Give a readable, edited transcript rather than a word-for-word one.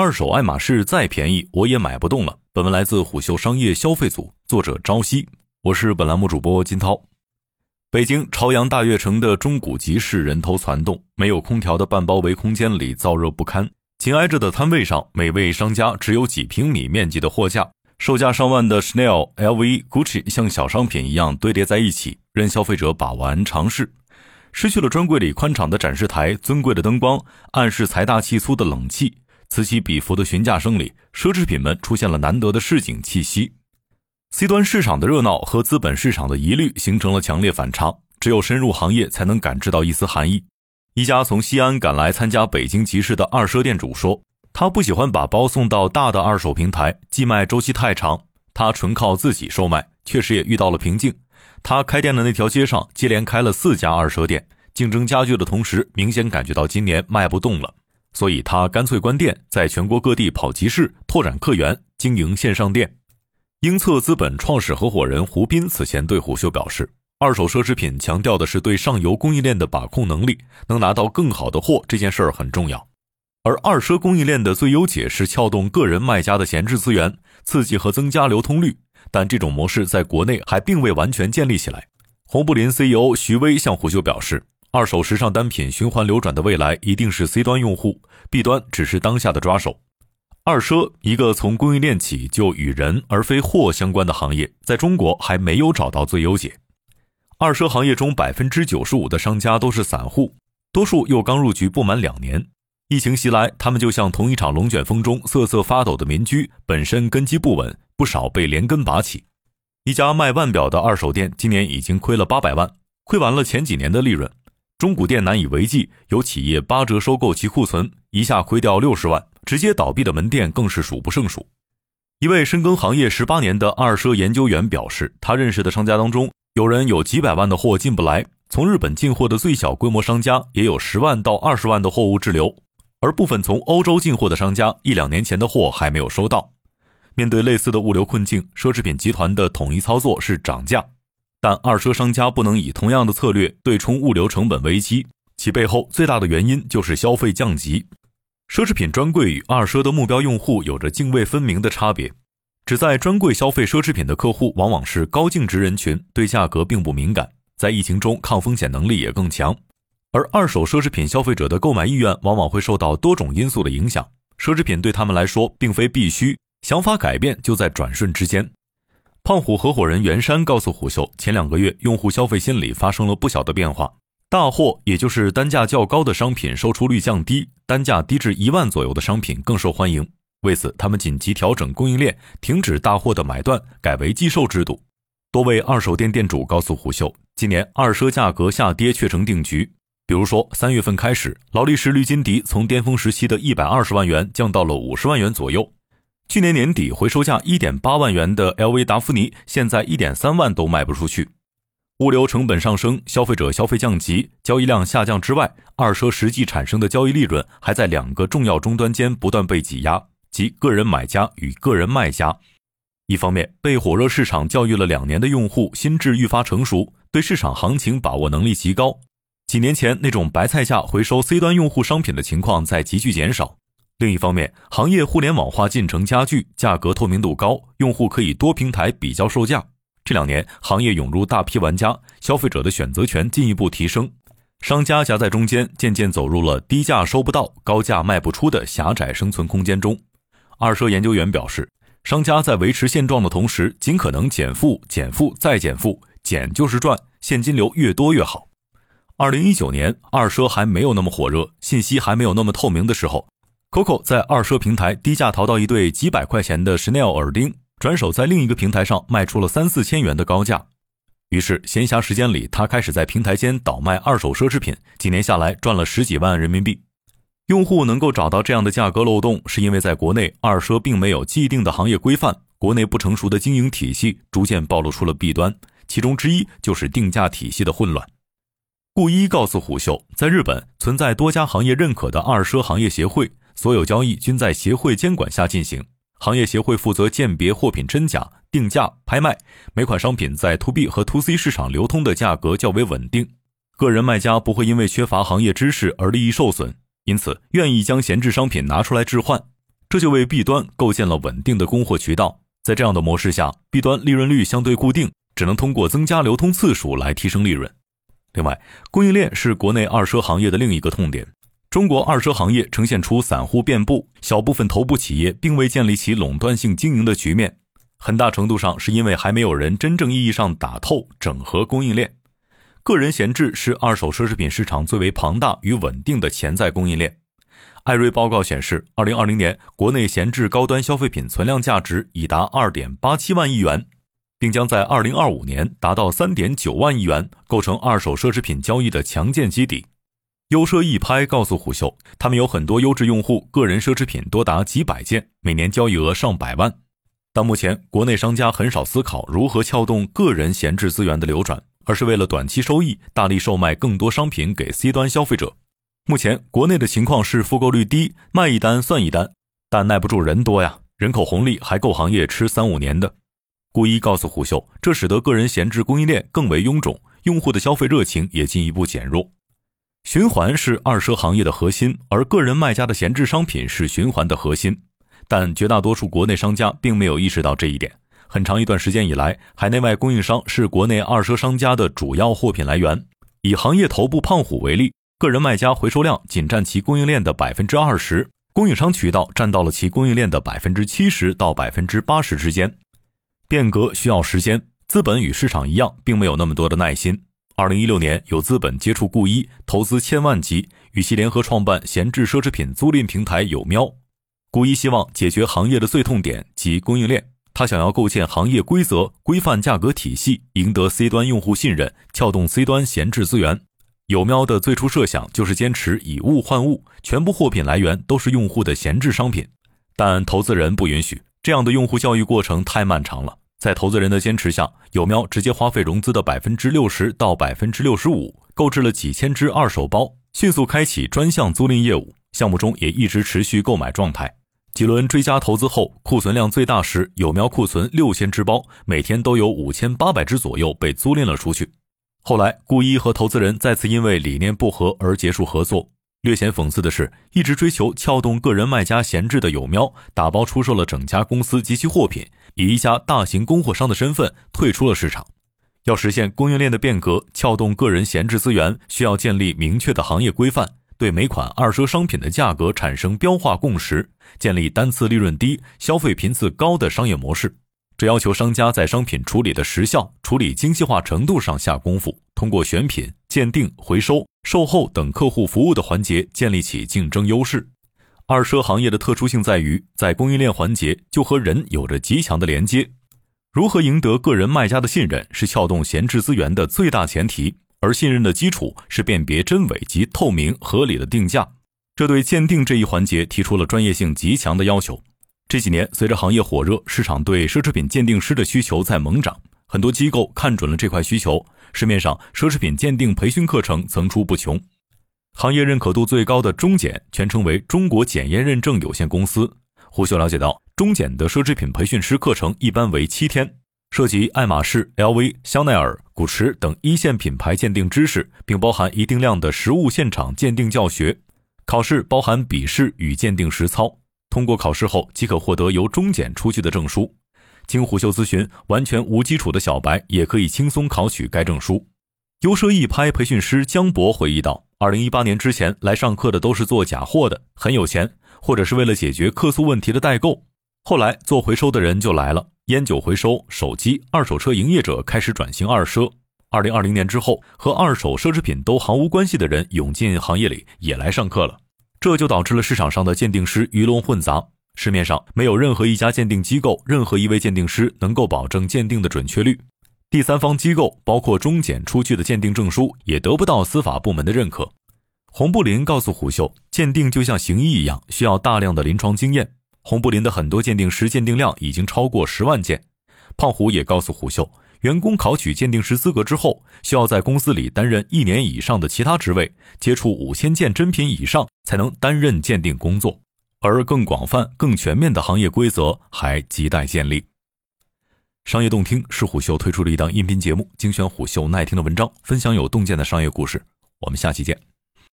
二手爱马仕再便宜我也买不动了。本文来自虎嗅商业消费组，作者朝夕，我是本栏目主播金涛。北京朝阳大悦城的中古集市人头攒动，没有空调的半包围空间里燥热不堪，紧挨着的摊位上，每位商家只有几平米面积的货架，售价上万的 Chanel、LV、Gucci 像小商品一样堆叠在一起，任消费者把玩尝试。失去了专柜里宽敞的展示台、尊贵的灯光、暗示财大气粗的冷气，此起彼伏的询价声里，奢侈品们出现了难得的市井气息。C 端市场的热闹和资本市场的疑虑形成了强烈反差，只有深入行业才能感知到一丝寒意。一家从西安赶来参加北京集市的二奢店主说，他不喜欢把包送到大的二手平台，寄卖周期太长，他纯靠自己售卖，确实也遇到了瓶颈。他开店的那条街上接连开了4家二奢店，竞争加剧的同时，明显感觉到今年卖不动了，所以他干脆关店，在全国各地跑集市，拓展客源，经营线上店。英策资本创始合伙人胡斌此前对虎嗅表示，二手奢侈品强调的是对上游供应链的把控能力，能拿到更好的货，这件事很重要。而二奢供应链的最优解是撬动个人卖家的闲置资源，刺激和增加流通率，但这种模式在国内还并未完全建立起来。红布林 CEO 徐威向虎嗅表示，二手时尚单品循环流转的未来一定是 C 端用户， B 端只是当下的抓手。二奢，一个从供应链起就与人而非货相关的行业，在中国还没有找到最优解。二奢行业中 95% 的商家都是散户，多数又刚入局不满2年。疫情袭来，他们就像同一场龙卷风中瑟瑟发抖的民居，本身根基不稳，不少被连根拔起。一家卖腕表的二手店今年已经亏了800万，亏完了前几年的利润。中古店难以为继，有企业8折收购其库存，一下亏掉60万，直接倒闭的门店更是数不胜数。一位深耕行业18年的二奢研究员表示，他认识的商家当中，有人有几百万的货进不来，从日本进货的最小规模商家也有10万到20万的货物滞留，而部分从欧洲进货的商家1-2年前的货还没有收到。面对类似的物流困境，奢侈品集团的统一操作是涨价，但二奢商家不能以同样的策略对冲物流成本危机，其背后最大的原因就是消费降级。奢侈品专柜与二奢的目标用户有着泾渭分明的差别，只在专柜消费奢侈品的客户往往是高净值人群，对价格并不敏感，在疫情中抗风险能力也更强。而二手奢侈品消费者的购买意愿往往会受到多种因素的影响，奢侈品对他们来说并非必须，想法改变就在转瞬之间。胖虎合伙人袁山告诉虎嗅，前2个月用户消费心理发生了不小的变化，大货也就是单价较高的商品售出率降低，单价低至1万左右的商品更受欢迎。为此他们紧急调整供应链，停止大货的买断，改为寄售制度。多位二手店店主告诉虎嗅，今年二奢价格下跌却成定局。比如说3月份开始，劳力士绿金迪从巅峰时期的120万元降到了50万元左右。去年年底回收价 1.8 万元的 LV 达芙妮，现在 1.3 万都卖不出去。物流成本上升，消费者消费降级，交易量下降之外，二奢实际产生的交易利润还在2个重要终端间不断被挤压，即个人买家与个人卖家。一方面，被火热市场教育了2年的用户心智愈发成熟，对市场行情把握能力极高，几年前那种白菜价回收 C 端用户商品的情况在急剧减少。另一方面，行业互联网化进程加剧，价格透明度高，用户可以多平台比较售价。这2年，行业涌入大批玩家，消费者的选择权进一步提升，商家夹在中间，渐渐走入了低价收不到，高价卖不出的狭窄生存空间中。二奢研究员表示，商家在维持现状的同时，尽可能减负、减负再减负，减就是赚，现金流越多越好。2019年，二奢还没有那么火热，信息还没有那么透明的时候，Coco 在二奢平台低价淘到一对几百块钱的 Chanel 耳钉，转手在另一个平台上卖出了3-4千元的高价。于是闲暇时间里，他开始在平台间倒卖二手奢侈品，几年下来赚了10几万人民币。用户能够找到这样的价格漏洞，是因为在国内二奢并没有既定的行业规范，国内不成熟的经营体系逐渐暴露出了弊端，其中之一就是定价体系的混乱。顾一告诉虎嗅，在日本存在多家行业认可的二奢行业协会，所有交易均在协会监管下进行，行业协会负责鉴别货品真假、定价、拍卖，每款商品在 To B 和 To C 市场流通的价格较为稳定，个人卖家不会因为缺乏行业知识而利益受损，因此愿意将闲置商品拿出来置换。 这就为 B 端构建了稳定的供货渠道。在这样的模式下， B 端利润率相对固定，只能通过增加流通次数来提升利润。另外，供应链是国内二奢行业的另一个痛点。中国二奢行业呈现出散户遍布，小部分头部企业并未建立起垄断性经营的局面，很大程度上是因为还没有人真正意义上打透整合供应链。个人闲置是二手奢侈品市场最为庞大与稳定的潜在供应链。艾瑞报告显示，2020年国内闲置高端消费品存量价值已达 2.87 万亿元，并将在2025年达到 3.9 万亿元，构成二手奢侈品交易的强健基底。优奢易拍告诉虎嗅，他们有很多优质用户，个人奢侈品多达几百件，每年交易额上百万。但目前国内商家很少思考如何撬动个人闲置资源的流转，而是为了短期收益，大力售卖更多商品给 C 端消费者。目前国内的情况是复购率低，卖一单算一单，但耐不住人多呀，人口红利还够行业吃3-5年的。顾一告诉虎嗅，这使得个人闲置供应链更为臃肿，用户的消费热情也进一步减弱。循环是二奢行业的核心，而个人卖家的闲置商品是循环的核心，但绝大多数国内商家并没有意识到这一点。很长一段时间以来，海内外供应商是国内二奢商家的主要货品来源。以行业头部胖虎为例，个人卖家回收量仅占其供应链的 20%， 供应商渠道占到了其供应链的 70% 到 80% 之间。变革需要时间，资本与市场一样，并没有那么多的耐心。2016年，有资本接触顾一，投资1000万级，与其联合创办闲置奢侈品租赁平台有喵。顾一希望解决行业的最痛点及供应链，他想要构建行业规则，规范价格体系，赢得 C 端用户信任，撬动 C 端闲置资源。有喵的最初设想就是坚持以物换物，全部货品来源都是用户的闲置商品，但投资人不允许，这样的用户教育过程太漫长了。在投资人的坚持下，有喵直接花费融资的 60% 到 65%， 购置了几千只二手包，迅速开启专项租赁业务，项目中也一直持续购买状态。几轮追加投资后，库存量最大时，有喵库存6000只包，每天都有5800只左右被租赁了出去。后来顾一和投资人再次因为理念不合而结束合作。略显讽刺的是，一直追求撬动个人卖家闲置的有喵，打包出售了整家公司及其货品，以一家大型供货商的身份退出了市场。要实现供应链的变革，撬动个人闲置资源，需要建立明确的行业规范，对每款二奢商品的价格产生标化共识，建立单次利润低、消费频次高的商业模式。这要求商家在商品处理的时效、处理精细化程度上下功夫，通过选品、鉴定、回收、售后等客户服务的环节建立起竞争优势。二奢行业的特殊性在于，在供应链环节就和人有着极强的连接。如何赢得个人卖家的信任，是撬动闲置资源的最大前提，而信任的基础是辨别真伪及透明合理的定价。这对鉴定这一环节提出了专业性极强的要求。这几年随着行业火热，市场对奢侈品鉴定师的需求在猛涨，很多机构看准了这块需求，市面上奢侈品鉴定培训课程层出不穷。行业认可度最高的中检，全称为中国检验认证有限公司。胡秀了解到，中检的奢侈品培训师课程一般为7天，涉及爱马仕、LV、香奈儿、古驰等一线品牌鉴定知识，并包含一定量的实物现场鉴定教学。考试包含笔试与鉴定实操，通过考试后即可获得由中检出具的证书。经虎嗅咨询，完全无基础的小白也可以轻松考取该证书。优奢易拍培训师江博回忆道，2018年之前来上课的都是做假货的，很有钱，或者是为了解决客诉问题的代购。后来做回收的人就来了，烟酒回收、手机、二手车营业者开始转型二奢。2020年之后，和二手奢侈品都毫无关系的人涌进行业里，也来上课了。这就导致了市场上的鉴定师鱼龙混杂，市面上没有任何一家鉴定机构、任何一位鉴定师能够保证鉴定的准确率。第三方机构包括中检出具的鉴定证书也得不到司法部门的认可。洪布林告诉虎嗅，鉴定就像行医一样，需要大量的临床经验。洪布林的很多鉴定师鉴定量已经超过10万件。胖虎也告诉虎嗅，员工考取鉴定师资格之后，需要在公司里担任1年以上的其他职位，接触5000件真品以上，才能担任鉴定工作。而更广泛、更全面的行业规则还亟待建立。商业洞听是虎嗅推出的一档音频节目，精选虎嗅耐听的文章，分享有洞见的商业故事。我们下期见。